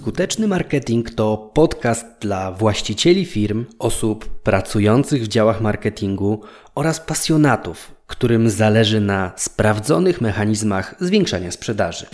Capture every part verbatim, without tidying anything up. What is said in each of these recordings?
Skuteczny marketing to podcast dla właścicieli firm, osób pracujących w działach marketingu oraz pasjonatów, którym zależy na sprawdzonych mechanizmach zwiększania sprzedaży.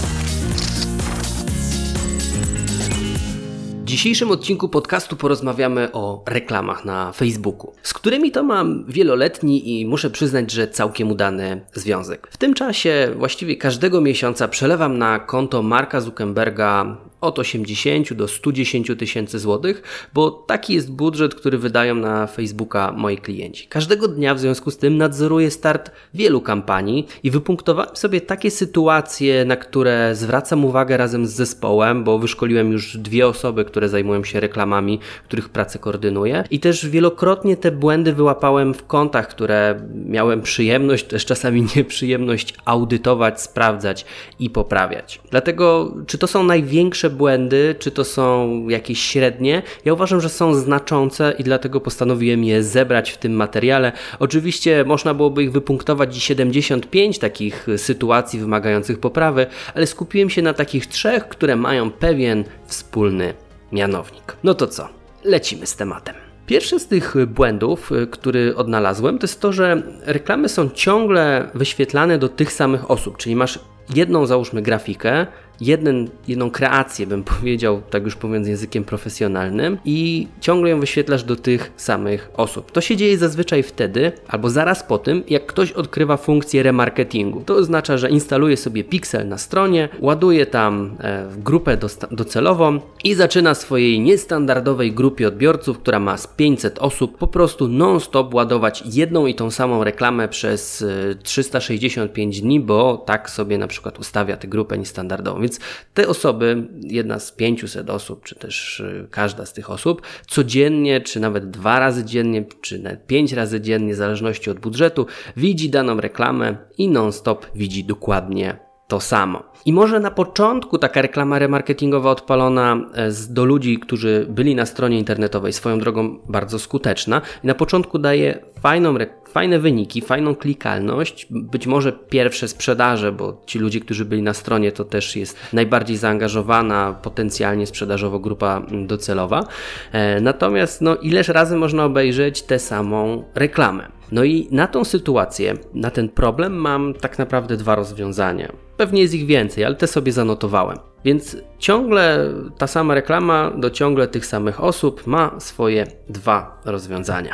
W dzisiejszym odcinku podcastu porozmawiamy o reklamach na Facebooku, z którymi to mam wieloletni i muszę przyznać, że całkiem udany związek. W tym czasie właściwie każdego miesiąca przelewam na konto Marka Zuckerberga od osiemdziesiąt do stu dziesięciu tysięcy złotych, bo taki jest budżet, który wydają na Facebooka moi klienci. Każdego dnia w związku z tym nadzoruję start wielu kampanii i wypunktowałem sobie takie sytuacje, na które zwracam uwagę razem z zespołem, bo wyszkoliłem już dwie osoby, które zajmują się reklamami, których pracę koordynuję, i też wielokrotnie te błędy wyłapałem w kontach, które miałem przyjemność, też czasami nieprzyjemność audytować, sprawdzać i poprawiać. Dlatego, czy to są największe błędy, czy to są jakieś średnie, ja uważam, że są znaczące i dlatego postanowiłem je zebrać w tym materiale. Oczywiście można byłoby ich wypunktować i siedemdziesiąt pięć takich sytuacji wymagających poprawy, ale skupiłem się na takich trzech, które mają pewien wspólny mianownik. No to co? Lecimy z tematem. Pierwszy z tych błędów, który odnalazłem, to jest to, że reklamy są ciągle wyświetlane do tych samych osób, czyli masz jedną, załóżmy, grafikę, jeden, jedną kreację, bym powiedział, tak już mówiąc językiem profesjonalnym, i ciągle ją wyświetlasz do tych samych osób. To się dzieje zazwyczaj wtedy, albo zaraz po tym, jak ktoś odkrywa funkcję remarketingu. To oznacza, że instaluje sobie piksel na stronie, ładuje tam e, grupę docelową i zaczyna swojej niestandardowej grupie odbiorców, która ma z pięćset osób, po prostu non-stop ładować jedną i tą samą reklamę przez e, trzysta sześćdziesiąt pięć dni, bo tak sobie na przykład ustawia tę grupę niestandardową. Więc te osoby, jedna z pięciuset osób, czy też każda z tych osób, codziennie, czy nawet dwa razy dziennie, czy nawet pięć razy dziennie, w zależności od budżetu, widzi daną reklamę i non-stop widzi dokładnie to samo. I może na początku taka reklama remarketingowa odpalona do ludzi, którzy byli na stronie internetowej, swoją drogą bardzo skuteczna, i na początku daje fajną, fajne wyniki, fajną klikalność, być może pierwsze sprzedaże, bo ci ludzie, którzy byli na stronie, to też jest najbardziej zaangażowana potencjalnie sprzedażowo grupa docelowa. Natomiast no, ileż razy można obejrzeć tę samą reklamę? No i na tą sytuację, na ten problem mam tak naprawdę dwa rozwiązania. Pewnie jest ich więcej, ale te sobie zanotowałem. Więc ciągle ta sama reklama do ciągle tych samych osób ma swoje dwa rozwiązania.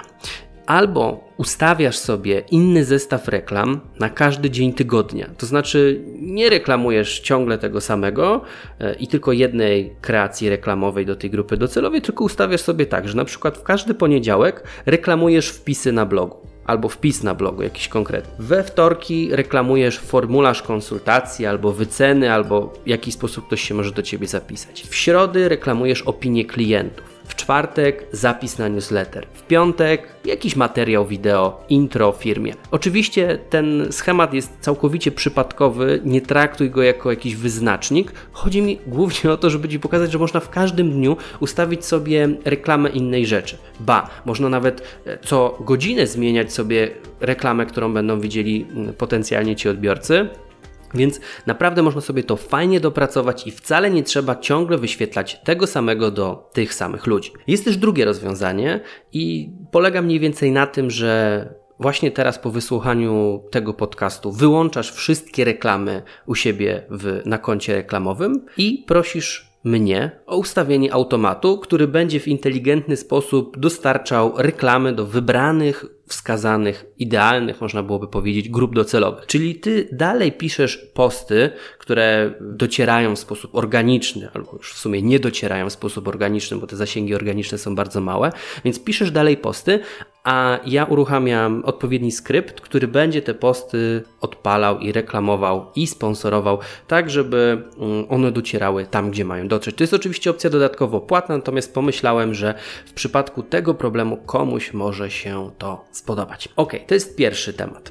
Albo ustawiasz sobie inny zestaw reklam na każdy dzień tygodnia. To znaczy nie reklamujesz ciągle tego samego i tylko jednej kreacji reklamowej do tej grupy docelowej, tylko ustawiasz sobie tak, że na przykład w każdy poniedziałek reklamujesz wpisy na blogu. Albo wpis na blogu jakiś konkretny. We wtorki reklamujesz formularz konsultacji, albo wyceny, albo w jaki sposób ktoś się może do Ciebie zapisać. W środy reklamujesz opinię klientów. W czwartek zapis na newsletter. W piątek jakiś materiał wideo, intro w firmie. Oczywiście ten schemat jest całkowicie przypadkowy, nie traktuj go jako jakiś wyznacznik. Chodzi mi głównie o to, żeby Ci pokazać, że można w każdym dniu ustawić sobie reklamę innej rzeczy. Ba, można nawet co godzinę zmieniać sobie reklamę, którą będą widzieli potencjalnie Ci odbiorcy. Więc naprawdę można sobie to fajnie dopracować i wcale nie trzeba ciągle wyświetlać tego samego do tych samych ludzi. Jest też drugie rozwiązanie i polega mniej więcej na tym, że właśnie teraz po wysłuchaniu tego podcastu wyłączasz wszystkie reklamy u siebie w, na koncie reklamowym i prosisz mnie o ustawienie automatu, który będzie w inteligentny sposób dostarczał reklamy do wybranych, wskazanych, idealnych, można byłoby powiedzieć, grup docelowych. Czyli Ty dalej piszesz posty, które docierają w sposób organiczny, albo już w sumie nie docierają w sposób organiczny, bo te zasięgi organiczne są bardzo małe, więc piszesz dalej posty, a ja uruchamiam odpowiedni skrypt, który będzie te posty odpalał i reklamował i sponsorował, tak żeby one docierały tam, gdzie mają dotrzeć. To jest oczywiście opcja dodatkowo płatna, natomiast pomyślałem, że w przypadku tego problemu komuś może się to spodobać. Ok, to jest pierwszy temat.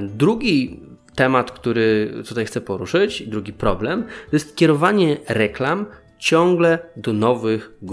Drugi temat, który tutaj chcę poruszyć, drugi problem, to jest kierowanie reklam ciągle do nowych grup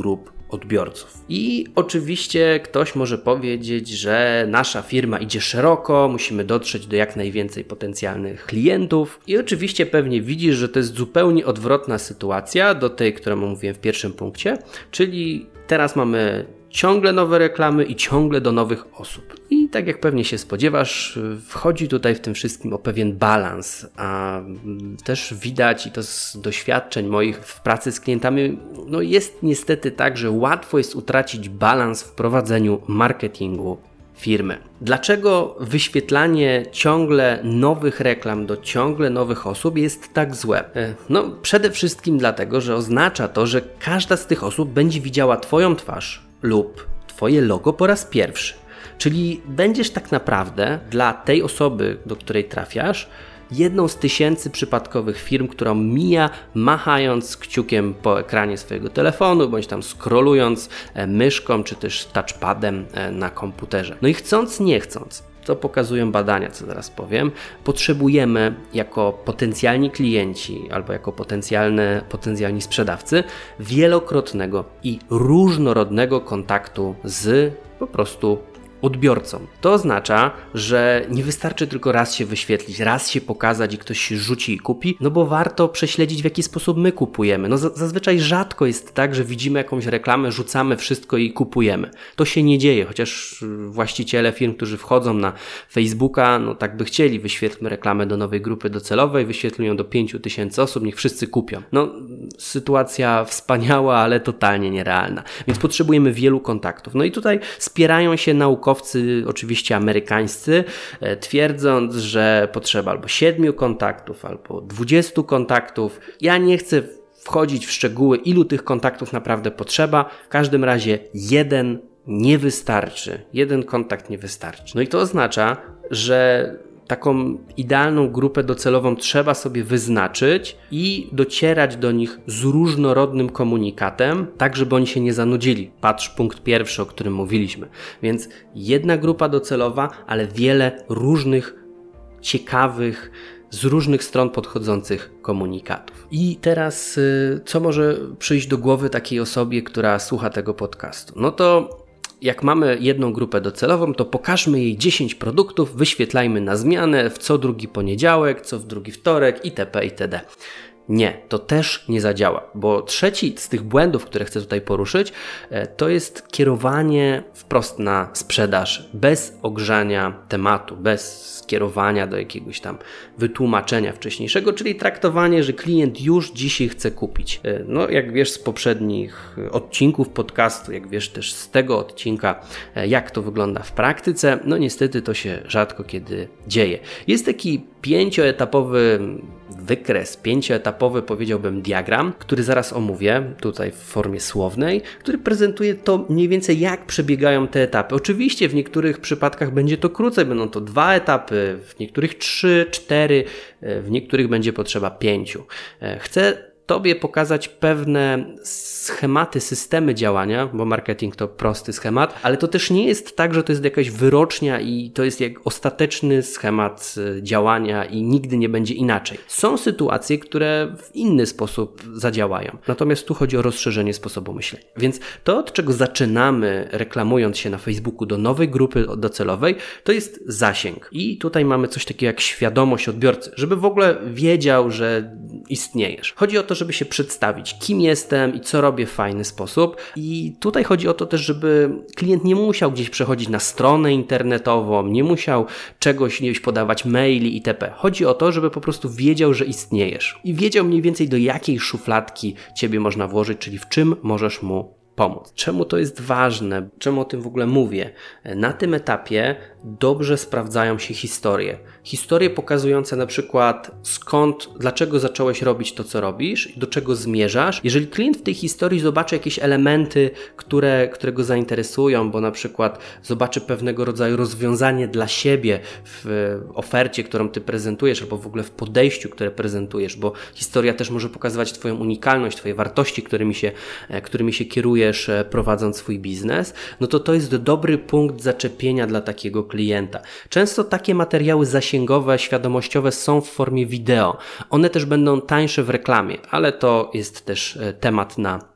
odbiorców. I oczywiście ktoś może powiedzieć, że nasza firma idzie szeroko, musimy dotrzeć do jak najwięcej potencjalnych klientów i oczywiście pewnie widzisz, że to jest zupełnie odwrotna sytuacja do tej, którą mówiłem w pierwszym punkcie, czyli teraz mamy ciągle nowe reklamy i ciągle do nowych osób. I tak jak pewnie się spodziewasz, wchodzi tutaj w tym wszystkim o pewien balans, a też widać i to z doświadczeń moich w pracy z klientami, no jest niestety tak, że łatwo jest utracić balans w prowadzeniu marketingu firmy. Dlaczego wyświetlanie ciągle nowych reklam do ciągle nowych osób jest tak złe? No przede wszystkim dlatego, że oznacza to, że każda z tych osób będzie widziała Twoją twarz lub Twoje logo po raz pierwszy. Czyli będziesz tak naprawdę dla tej osoby, do której trafiasz, jedną z tysięcy przypadkowych firm, która mija machając kciukiem po ekranie swojego telefonu, bądź tam scrollując myszką, czy też touchpadem na komputerze. No i chcąc, nie chcąc, to pokazują badania, co zaraz powiem, potrzebujemy jako potencjalni klienci albo jako potencjalne, potencjalni sprzedawcy wielokrotnego i różnorodnego kontaktu z po prostu odbiorcą. To oznacza, że nie wystarczy tylko raz się wyświetlić, raz się pokazać i ktoś się rzuci i kupi, no bo warto prześledzić, w jaki sposób my kupujemy. No zazwyczaj rzadko jest tak, że widzimy jakąś reklamę, rzucamy wszystko i kupujemy. To się nie dzieje, chociaż właściciele firm, którzy wchodzą na Facebooka, no tak by chcieli, wyświetlmy reklamę do nowej grupy docelowej, wyświetlują do pięciu tysięcy osób, niech wszyscy kupią. No sytuacja wspaniała, ale totalnie nierealna. Więc potrzebujemy wielu kontaktów. No i tutaj spierają się naukowcy, oczywiście amerykańscy, twierdząc, że potrzeba albo siedmiu kontaktów, albo dwudziestu kontaktów. Ja nie chcę wchodzić w szczegóły, ilu tych kontaktów naprawdę potrzeba. W każdym razie jeden nie wystarczy. Jeden kontakt nie wystarczy. No i to oznacza, że taką idealną grupę docelową trzeba sobie wyznaczyć i docierać do nich z różnorodnym komunikatem, tak żeby oni się nie zanudzili. Patrz punkt pierwszy, o którym mówiliśmy. Więc jedna grupa docelowa, ale wiele różnych, ciekawych, z różnych stron podchodzących komunikatów. I teraz co może przyjść do głowy takiej osobie, która słucha tego podcastu? No to jak mamy jedną grupę docelową, to pokażmy jej dziesięć produktów, wyświetlajmy na zmianę w co drugi poniedziałek, co w drugi wtorek itp. itd. Nie, to też nie zadziała, bo trzeci z tych błędów, które chcę tutaj poruszyć, to jest kierowanie wprost na sprzedaż, bez ogrzania tematu, bez skierowania do jakiegoś tam wytłumaczenia wcześniejszego, czyli traktowanie, że klient już dzisiaj chce kupić. No jak wiesz z poprzednich odcinków podcastu, jak wiesz też z tego odcinka, jak to wygląda w praktyce, no niestety to się rzadko kiedy dzieje. Jest taki pięcioetapowy wykres, pięcioetapowy powiedziałbym diagram, który zaraz omówię tutaj w formie słownej, który prezentuje to mniej więcej jak przebiegają te etapy. Oczywiście w niektórych przypadkach będzie to krócej, będą to dwa etapy, w niektórych trzy, cztery, w niektórych będzie potrzeba pięciu. Chcę Tobie pokazać pewne schematy, systemy działania, bo marketing to prosty schemat, ale to też nie jest tak, że to jest jakaś wyrocznia i to jest jak ostateczny schemat działania i nigdy nie będzie inaczej. Są sytuacje, które w inny sposób zadziałają. Natomiast tu chodzi o rozszerzenie sposobu myślenia. Więc to, od czego zaczynamy reklamując się na Facebooku do nowej grupy docelowej, to jest zasięg. I tutaj mamy coś takiego jak świadomość odbiorcy, żeby w ogóle wiedział, że istniejesz. Chodzi o to, żeby się przedstawić, kim jestem i co robię w fajny sposób. I tutaj chodzi o to też, żeby klient nie musiał gdzieś przechodzić na stronę internetową, nie musiał czegoś, nie wiem, podawać maili itp. Chodzi o to, żeby po prostu wiedział, że istniejesz i wiedział mniej więcej do jakiej szufladki Ciebie można włożyć, czyli w czym możesz mu pomóc. Czemu to jest ważne? Czemu o tym w ogóle mówię? Na tym etapie dobrze sprawdzają się historie. Historie pokazujące na przykład skąd, dlaczego zacząłeś robić to, co robisz i do czego zmierzasz. Jeżeli klient w tej historii zobaczy jakieś elementy, które, które go zainteresują, bo na przykład zobaczy pewnego rodzaju rozwiązanie dla siebie w ofercie, którą Ty prezentujesz, albo w ogóle w podejściu, które prezentujesz, bo historia też może pokazywać Twoją unikalność, Twoje wartości, którymi się, którymi się kierujesz, prowadząc swój biznes, no to to jest dobry punkt zaczepienia dla takiego klienta. Często takie materiały zasięgowe, świadomościowe są w formie wideo. One też będą tańsze w reklamie, ale to jest też temat na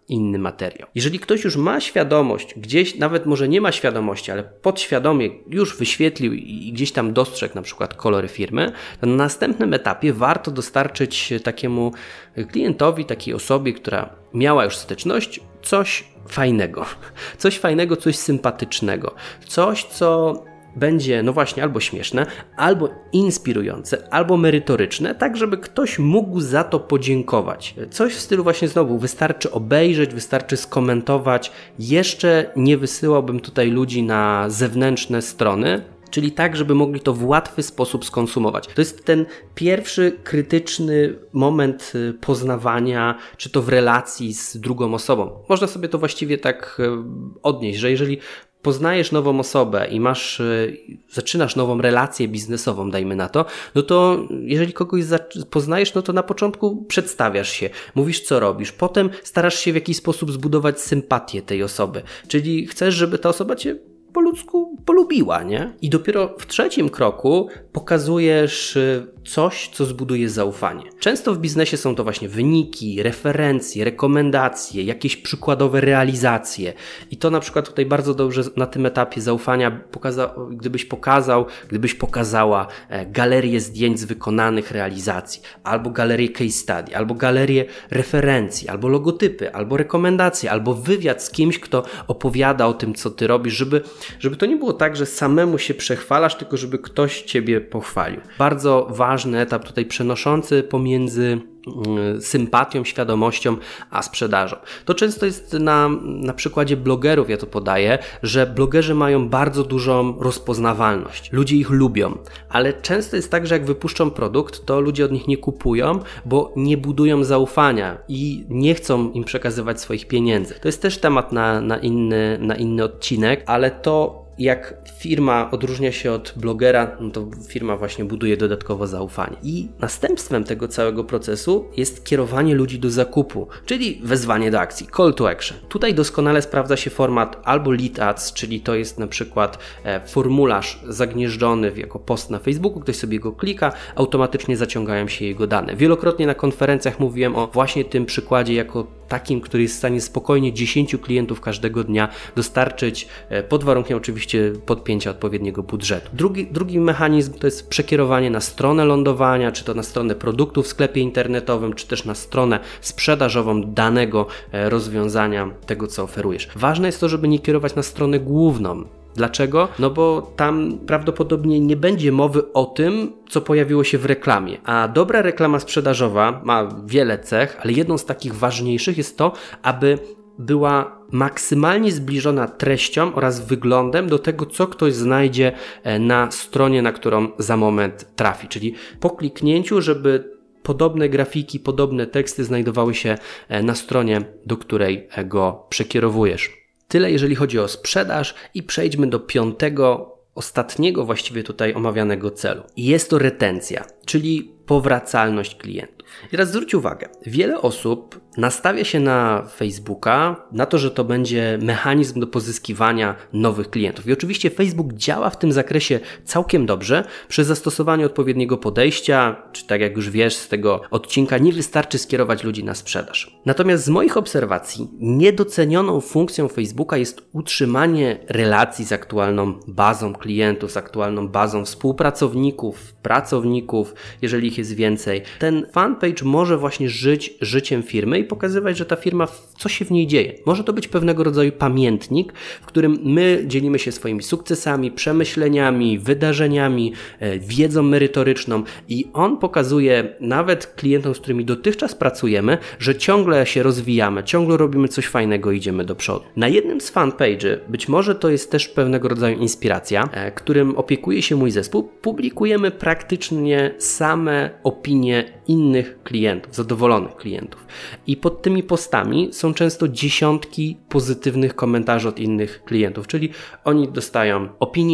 inny materiał. Jeżeli ktoś już ma świadomość, gdzieś nawet może nie ma świadomości, ale podświadomie już wyświetlił i gdzieś tam dostrzegł na przykład kolory firmy, to na następnym etapie warto dostarczyć takiemu klientowi, takiej osobie, która miała już styczność, coś fajnego. Coś fajnego, coś sympatycznego. Coś, co będzie, no właśnie, albo śmieszne, albo inspirujące, albo merytoryczne, tak żeby ktoś mógł za to podziękować. Coś w stylu właśnie znowu, wystarczy obejrzeć, wystarczy skomentować. Jeszcze nie wysyłałbym tutaj ludzi na zewnętrzne strony, czyli tak, żeby mogli to w łatwy sposób skonsumować. To jest ten pierwszy krytyczny moment poznawania, czy to w relacji z drugą osobą. Można sobie to właściwie tak odnieść, że jeżeli poznajesz nową osobę i masz, zaczynasz nową relację biznesową, dajmy na to, no to jeżeli kogoś poznajesz, no to na początku przedstawiasz się, mówisz co robisz, potem starasz się w jakiś sposób zbudować sympatię tej osoby, czyli chcesz, żeby ta osoba cię po ludzku polubiła, nie? I dopiero w trzecim kroku pokazujesz coś, co zbuduje zaufanie. Często w biznesie są to właśnie wyniki, referencje, rekomendacje, jakieś przykładowe realizacje. I to na przykład tutaj bardzo dobrze na tym etapie zaufania, pokaza- gdybyś pokazał, gdybyś pokazała galerię zdjęć z wykonanych realizacji, albo galerię case study, albo galerię referencji, albo logotypy, albo rekomendacje, albo wywiad z kimś, kto opowiada o tym, co ty robisz, żeby, żeby to nie było tak, że samemu się przechwalasz, tylko żeby ktoś ciebie pochwalił. Bardzo ważne ważny etap tutaj przenoszący pomiędzy sympatią, świadomością, a sprzedażą. To często jest na, na przykładzie blogerów, ja to podaję, że blogerzy mają bardzo dużą rozpoznawalność. Ludzie ich lubią, ale często jest tak, że jak wypuszczą produkt, to ludzie od nich nie kupują, bo nie budują zaufania i nie chcą im przekazywać swoich pieniędzy. To jest też temat na, na, inny, na inny odcinek, ale to jak firma odróżnia się od blogera, no to firma właśnie buduje dodatkowo zaufanie. I następstwem tego całego procesu jest kierowanie ludzi do zakupu, czyli wezwanie do akcji, call to action. Tutaj doskonale sprawdza się format albo lead ads, czyli to jest na przykład e, formularz zagnieżdżony jako post na Facebooku, ktoś sobie go klika, automatycznie zaciągają się jego dane. Wielokrotnie na konferencjach mówiłem o właśnie tym przykładzie jako takim, który jest w stanie spokojnie dziesięciu klientów każdego dnia dostarczyć, e, pod warunkiem oczywiście podpięcia odpowiedniego budżetu. Drugi, drugi mechanizm to jest przekierowanie na stronę lądowania, czy to na stronę produktu w sklepie internetowym, czy też na stronę sprzedażową danego rozwiązania, tego co oferujesz. Ważne jest to, żeby nie kierować na stronę główną. Dlaczego? No bo tam prawdopodobnie nie będzie mowy o tym, co pojawiło się w reklamie. A dobra reklama sprzedażowa ma wiele cech, ale jedną z takich ważniejszych jest to, aby była maksymalnie zbliżona treścią oraz wyglądem do tego, co ktoś znajdzie na stronie, na którą za moment trafi. Czyli po kliknięciu, żeby podobne grafiki, podobne teksty znajdowały się na stronie, do której go przekierowujesz. Tyle jeżeli chodzi o sprzedaż i przejdźmy do piątego, ostatniego właściwie tutaj omawianego celu. I jest to retencja, czyli powracalność klientów. I teraz zwróć uwagę, wiele osób nastawia się na Facebooka na to, że to będzie mechanizm do pozyskiwania nowych klientów. I oczywiście Facebook działa w tym zakresie całkiem dobrze przy zastosowaniu odpowiedniego podejścia, czy tak jak już wiesz z tego odcinka, nie wystarczy skierować ludzi na sprzedaż. Natomiast z moich obserwacji niedocenioną funkcją Facebooka jest utrzymanie relacji z aktualną bazą klientów, z aktualną bazą współpracowników, pracowników, jeżeli ich jest więcej. Ten fanpage może właśnie żyć życiem firmy i pokazywać, że ta firma, co się w niej dzieje. Może to być pewnego rodzaju pamiętnik, w którym my dzielimy się swoimi sukcesami, przemyśleniami, wydarzeniami, e, wiedzą merytoryczną i on pokazuje nawet klientom, z którymi dotychczas pracujemy, że ciągle się rozwijamy, ciągle robimy coś fajnego i idziemy do przodu. Na jednym z fanpage'y, być może to jest też pewnego rodzaju inspiracja, e, którym opiekuje się mój zespół, publikujemy praktycznie same opinie innych klientów, zadowolonych klientów. I pod tymi postami są często dziesiątki pozytywnych komentarzy od innych klientów, czyli oni dostają opinie,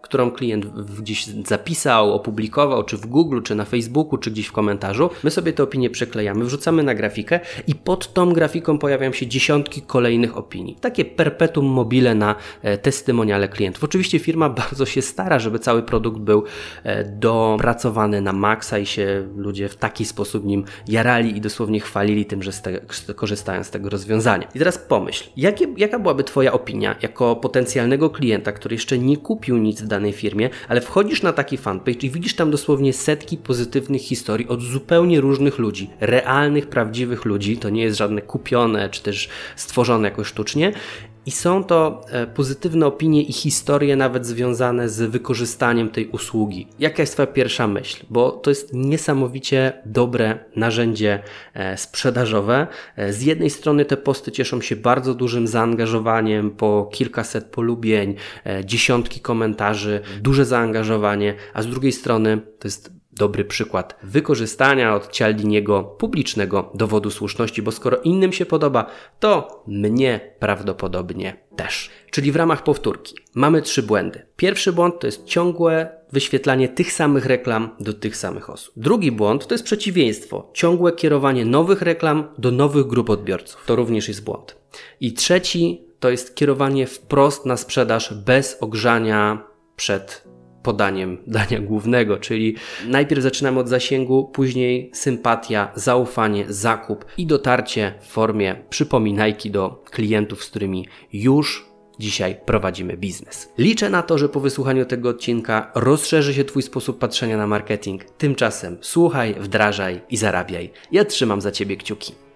którą klient gdzieś zapisał, opublikował, czy w Google, czy na Facebooku, czy gdzieś w komentarzu. My sobie te opinie przeklejamy, wrzucamy na grafikę i pod tą grafiką pojawiają się dziesiątki kolejnych opinii. Takie perpetuum mobile na e, testymoniale klientów. Oczywiście firma bardzo się stara, żeby cały produkt był e, dopracowany na maksa i się ludzie w taki sposób nim jarali i dosłownie chwalili tym, że z te, korzystają z tego rozwiązania. I teraz pomyśl, jakie, jaka byłaby Twoja opinia jako potencjalnego klienta, który jeszcze nie kupił nic w danej firmie, ale wchodzisz na taki fanpage i widzisz tam dosłownie setki pozytywnych historii od zupełnie różnych ludzi, realnych, prawdziwych ludzi, to nie jest żadne kupione czy też stworzone jakoś sztucznie. I są to pozytywne opinie i historie nawet związane z wykorzystaniem tej usługi. Jaka jest Twoja pierwsza myśl? Bo to jest niesamowicie dobre narzędzie sprzedażowe. Z jednej strony te posty cieszą się bardzo dużym zaangażowaniem, po kilkaset polubień, dziesiątki komentarzy, duże zaangażowanie, a z drugiej strony to jest dobry przykład wykorzystania od Cialdiniego publicznego dowodu słuszności, bo skoro innym się podoba, to mnie prawdopodobnie też. Czyli w ramach powtórki mamy trzy błędy. Pierwszy błąd to jest ciągłe wyświetlanie tych samych reklam do tych samych osób. Drugi błąd to jest przeciwieństwo. Ciągłe kierowanie nowych reklam do nowych grup odbiorców. To również jest błąd. I trzeci to jest kierowanie wprost na sprzedaż bez ogrzania przed podaniem dania głównego, czyli najpierw zaczynamy od zasięgu, później sympatia, zaufanie, zakup i dotarcie w formie przypominajki do klientów, z którymi już dzisiaj prowadzimy biznes. Liczę na to, że po wysłuchaniu tego odcinka rozszerzy się Twój sposób patrzenia na marketing. Tymczasem słuchaj, wdrażaj i zarabiaj. Ja trzymam za Ciebie kciuki.